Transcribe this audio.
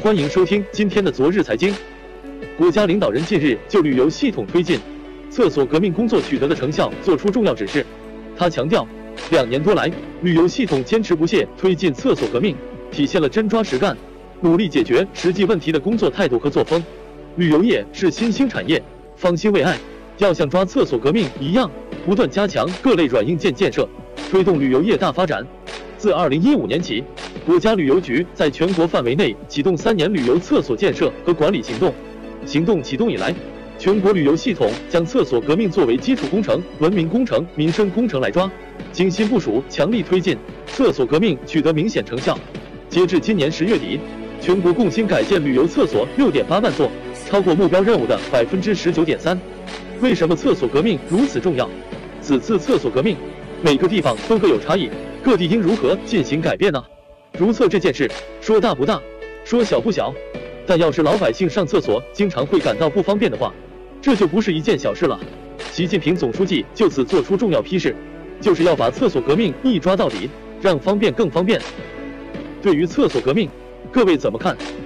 欢迎收听今天的昨日财经。国家领导人近日就旅游系统推进厕所革命工作取得的成效作出重要指示。他强调，2年多来，旅游系统坚持不懈推进厕所革命，体现了真抓实干、努力解决实际问题的工作态度和作风。旅游业是新兴产业，方兴未艾，要像抓厕所革命一样，不断加强各类软硬件建设，推动旅游业大发展。自2015年起，国家旅游局在全国范围内启动3年旅游厕所建设和管理行动。行动启动以来，全国旅游系统将厕所革命作为基础工程、文明工程、民生工程来抓，精心部署，强力推进，厕所革命取得明显成效。截至今年10月底，全国共新改建旅游厕所6.8万座，超过目标任务的19.3%。为什么厕所革命如此重要？此次厕所革命，每个地方都各有差异，各地应如何进行改变呢？如厕这件事，说大不大，说小不小，但要是老百姓上厕所经常会感到不方便的话，这就不是一件小事了。习近平总书记就此作出重要批示，就是要把厕所革命一抓到底，让方便更方便。对于厕所革命，各位怎么看？